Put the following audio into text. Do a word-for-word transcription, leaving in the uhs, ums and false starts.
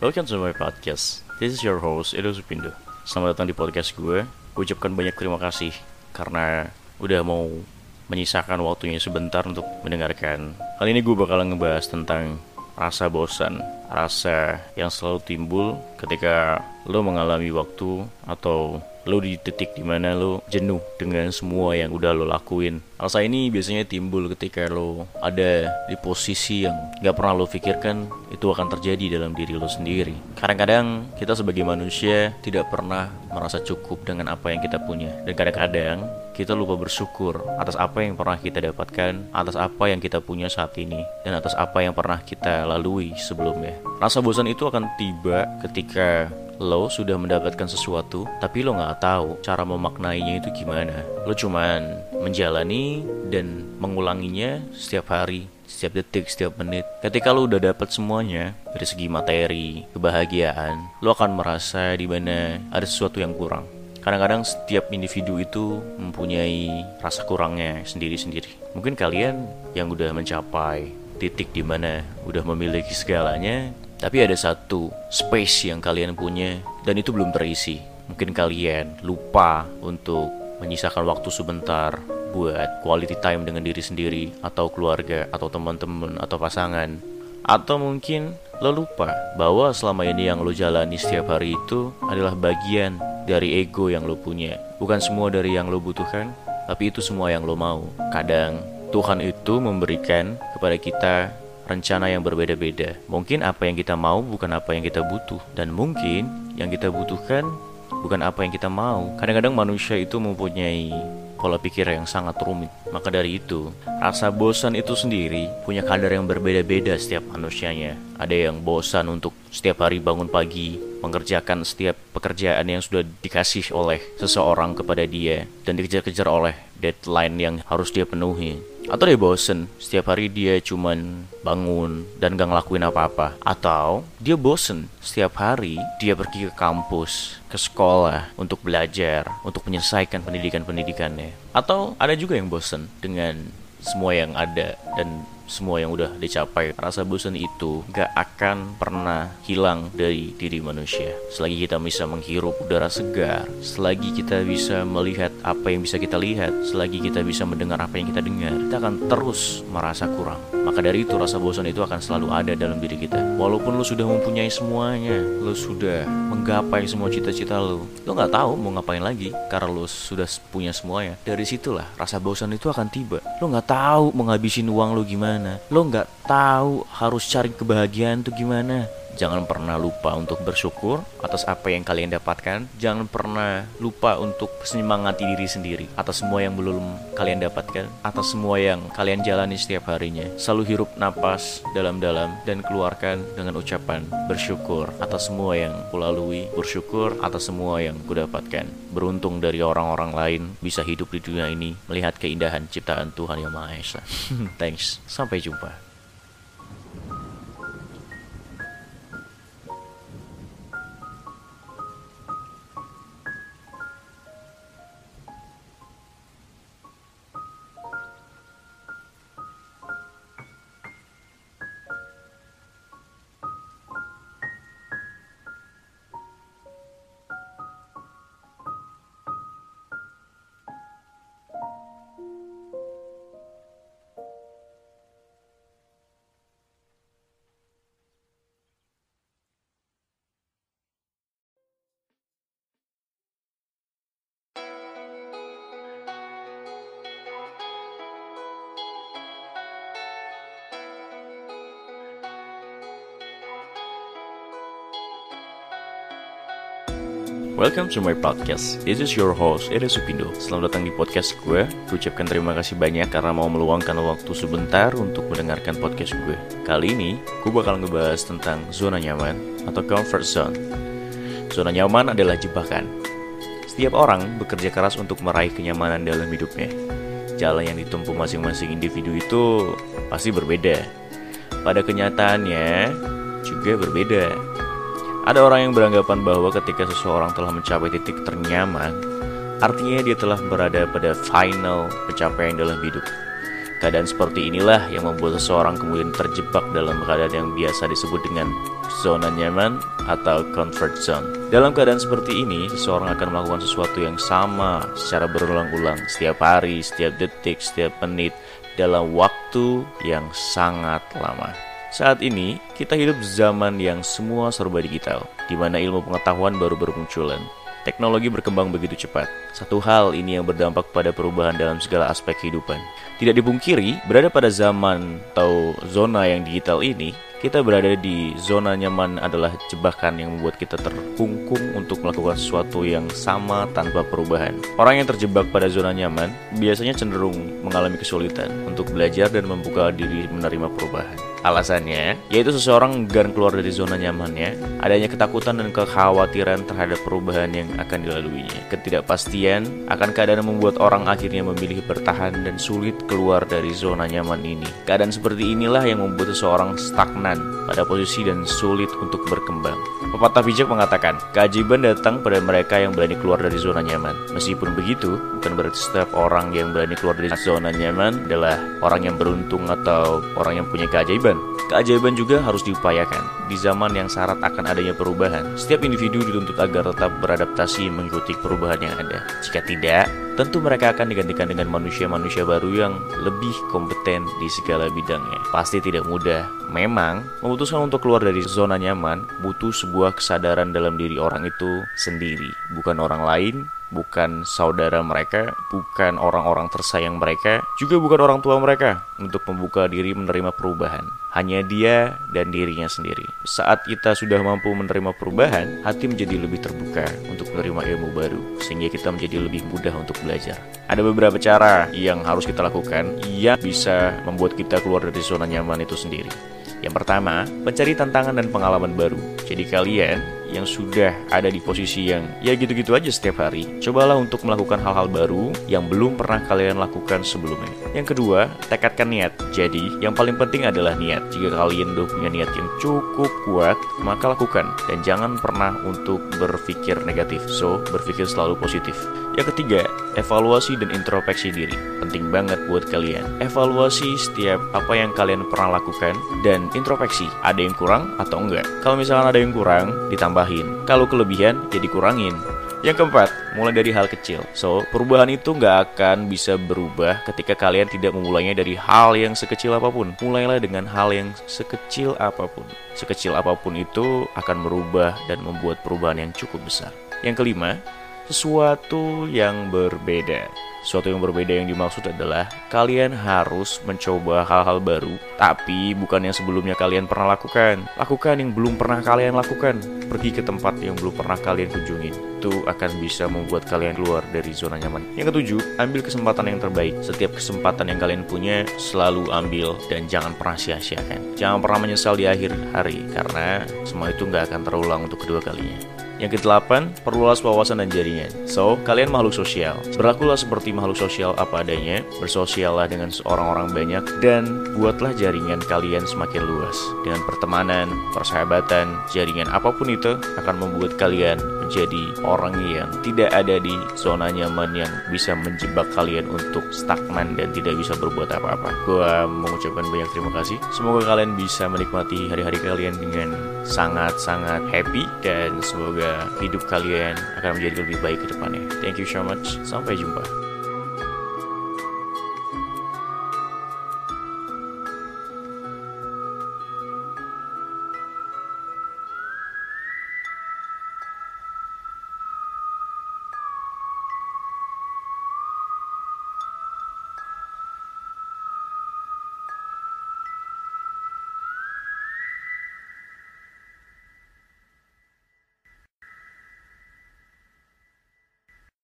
Welcome to my podcast. This is your host, Edo Supindo. Selamat datang di podcast gue. Gue ucapkan banyak terima kasih karena udah mau menyisakan waktunya sebentar untuk mendengarkan. Kali ini gue bakalan ngebahas tentang rasa bosan, rasa yang selalu timbul ketika lo mengalami waktu atau lo di titik dimana lo jenuh dengan semua yang udah lo lakuin. Rasa ini biasanya timbul ketika lo ada di posisi yang gak pernah lo pikirkan itu akan terjadi dalam diri lo sendiri. Kadang-kadang kita sebagai manusia tidak pernah merasa cukup dengan apa yang kita punya. Dan kadang-kadang kita lupa bersyukur atas apa yang pernah kita dapatkan, atas apa yang kita punya saat ini, dan atas apa yang pernah kita lalui sebelumnya. Rasa bosan itu akan tiba ketika lo sudah mendapatkan sesuatu, tapi lo gak tahu cara memaknainya itu gimana. Lo cuman menjalani dan mengulanginya setiap hari, setiap detik, setiap menit. Ketika lo udah dapat semuanya, dari segi materi, kebahagiaan, lo akan merasa di mana ada sesuatu yang kurang. Kadang-kadang setiap individu itu mempunyai rasa kurangnya sendiri-sendiri. Mungkin kalian yang udah mencapai titik di mana udah memiliki segalanya, tapi ada satu space yang kalian punya dan itu belum terisi. Mungkin kalian lupa untuk menyisakan waktu sebentar buat quality time dengan diri sendiri, atau keluarga, atau teman-teman, atau pasangan. Atau mungkin lo lupa bahwa selama ini yang lo jalani setiap hari itu adalah bagian dari ego yang lo punya. Bukan semua dari yang lo butuhkan, tapi itu semua yang lo mau. Kadang Tuhan itu memberikan kepada kita rencana yang berbeda-beda. Mungkin apa yang kita mau bukan apa yang kita butuh, dan mungkin yang kita butuhkan bukan apa yang kita mau. Kadang-kadang manusia itu mempunyai pola pikir yang sangat rumit. Maka dari itu, rasa bosan itu sendiri punya kadar yang berbeda-beda setiap manusianya. Ada yang bosan untuk setiap hari bangun pagi, mengerjakan setiap pekerjaan yang sudah dikasih oleh seseorang kepada dia dan dikejar-kejar oleh deadline yang harus dia penuhi. Atau dia bosen, setiap hari dia cuman bangun dan gak ngelakuin apa-apa. Atau dia bosen, setiap hari dia pergi ke kampus, ke sekolah untuk belajar, untuk menyelesaikan pendidikan-pendidikannya. Atau ada juga yang bosen dengan semua yang ada dan semua yang udah dicapai. Rasa bosan itu gak akan pernah hilang dari diri manusia selagi kita bisa menghirup udara segar, selagi kita bisa melihat apa yang bisa kita lihat, selagi kita bisa mendengar apa yang kita dengar. Kita akan terus merasa kurang. Maka dari itu rasa bosan itu akan selalu ada dalam diri kita. Walaupun lo sudah mempunyai semuanya, lo sudah menggapai semua cita-cita lo, lo gak tahu mau ngapain lagi karena lo sudah punya semuanya. Dari situlah rasa bosan itu akan tiba. Lo gak tahu mau ngabisin uang lo gimana, lo gak tahu harus cari kebahagiaan tuh gimana. Jangan pernah lupa untuk bersyukur atas apa yang kalian dapatkan. Jangan pernah lupa untuk menyemangati diri sendiri atas semua yang belum kalian dapatkan, atas semua yang kalian jalani setiap harinya. Selalu hirup napas dalam-dalam dan keluarkan dengan ucapan bersyukur atas semua yang kulalui, bersyukur atas semua yang kudapatkan. Beruntung dari orang-orang lain bisa hidup di dunia ini melihat keindahan ciptaan Tuhan Yang Maha Esa. Thanks, sampai jumpa. Welcome to my podcast. This is your host, Edo Supindo. Selamat datang di podcast gue. Gue ucapkan terima kasih banyak karena mau meluangkan waktu sebentar untuk mendengarkan podcast gue. Kali ini, gue bakal ngebahas tentang zona nyaman atau comfort zone. Zona nyaman adalah jebakan. Setiap orang bekerja keras untuk meraih kenyamanan dalam hidupnya. Jalan yang ditempuh masing-masing individu itu pasti berbeda. Pada kenyataannya juga berbeda. Ada orang yang beranggapan bahwa ketika seseorang telah mencapai titik ternyaman, artinya dia telah berada pada final pencapaian dalam hidup. Keadaan seperti inilah yang membuat seseorang kemudian terjebak dalam keadaan yang biasa disebut dengan zona nyaman atau comfort zone. Dalam keadaan seperti ini, seseorang akan melakukan sesuatu yang sama secara berulang-ulang setiap hari, setiap detik, setiap menit, dalam waktu yang sangat lama. Saat ini, kita hidup zaman yang semua serba digital, di mana ilmu pengetahuan baru bermunculan. Teknologi berkembang begitu cepat. Satu hal ini yang berdampak pada perubahan dalam segala aspek kehidupan. Tidak dipungkiri, berada pada zaman atau zona yang digital ini, kita berada di zona nyaman adalah jebakan yang membuat kita terkungkung untuk melakukan sesuatu yang sama tanpa perubahan. Orang yang terjebak pada zona nyaman biasanya cenderung mengalami kesulitan untuk belajar dan membuka diri menerima perubahan. Alasannya, yaitu seseorang enggan keluar dari zona nyamannya, adanya ketakutan dan kekhawatiran terhadap perubahan yang akan dilaluinya. Ketidakpastian akan keadaan membuat orang akhirnya memilih bertahan dan sulit keluar dari zona nyaman ini. Keadaan seperti inilah yang membuat seseorang stagnan pada posisi dan sulit untuk berkembang. Pepatah bijak mengatakan, keajaiban datang pada mereka yang berani keluar dari zona nyaman. Meskipun begitu, bukan berarti setiap orang yang berani keluar dari zona nyaman adalah orang yang beruntung atau orang yang punya keajaiban. Keajaiban juga harus diupayakan. Di zaman yang syarat akan adanya perubahan, setiap individu dituntut agar tetap beradaptasi mengikuti perubahan yang ada. Jika tidak, tentu mereka akan digantikan dengan manusia-manusia baru yang lebih kompeten di segala bidangnya. Pasti tidak mudah. Memang, memutuskan untuk keluar dari zona nyaman butuh sebuah kesadaran dalam diri orang itu sendiri, bukan orang lain, bukan saudara mereka, bukan orang-orang tersayang mereka, juga bukan orang tua mereka, untuk membuka diri menerima perubahan. Hanya dia dan dirinya sendiri. Saat kita sudah mampu menerima perubahan, hati menjadi lebih terbuka untuk menerima ilmu baru, sehingga kita menjadi lebih mudah untuk belajar. Ada beberapa cara yang harus kita lakukan yang bisa membuat kita keluar dari zona nyaman itu sendiri. Yang pertama, mencari tantangan dan pengalaman baru. Jadi kalian yang sudah ada di posisi yang ya gitu-gitu aja setiap hari, cobalah untuk melakukan hal-hal baru yang belum pernah kalian lakukan sebelumnya. Yang kedua, tekadkan niat. Jadi, yang paling penting adalah niat. Jika kalian udah punya niat yang cukup kuat, maka lakukan. Dan jangan pernah untuk berpikir negatif. So, berpikir selalu positif. Yang ketiga, evaluasi dan introspeksi diri. Penting banget buat kalian. Evaluasi setiap apa yang kalian pernah lakukan dan introspeksi. Ada yang kurang atau enggak? Kalau misalkan ada yang kurang, ditambahin. Kalau kelebihan, ya dikurangin. Yang keempat, mulai dari hal kecil. So, perubahan itu nggak akan bisa berubah ketika kalian tidak memulainya dari hal yang sekecil apapun. Mulailah dengan hal yang sekecil apapun. Sekecil apapun itu akan merubah dan membuat perubahan yang cukup besar. Yang kelima, sesuatu yang berbeda. Sesuatu yang berbeda yang dimaksud adalah kalian harus mencoba hal-hal baru, tapi bukan yang sebelumnya kalian pernah lakukan. Lakukan yang belum pernah kalian lakukan. Pergi ke tempat yang belum pernah kalian kunjungi. Itu akan bisa membuat kalian keluar dari zona nyaman. Yang ketujuh, ambil kesempatan yang terbaik. Setiap kesempatan yang kalian punya, selalu ambil dan jangan pernah sia-siakan. Jangan pernah menyesal di akhir hari, karena semua itu nggak akan terulang untuk kedua kalinya. Yang kedelapan, perluas wawasan dan jaringan. So, kalian makhluk sosial. Berlakulah seperti makhluk sosial apa adanya, bersosiallah dengan orang-orang banyak, dan buatlah jaringan kalian semakin luas. Dengan pertemanan, persahabatan, jaringan apapun itu akan membuat kalian menjadi orang yang tidak ada di zona nyaman yang bisa menjebak kalian untuk stagnan dan tidak bisa berbuat apa-apa. Gua mengucapkan banyak terima kasih. Semoga kalian bisa menikmati hari-hari kalian dengan sangat-sangat happy, dan semoga hidup kalian akan menjadi lebih baik ke depannya. Thank you so much. Sampai jumpa.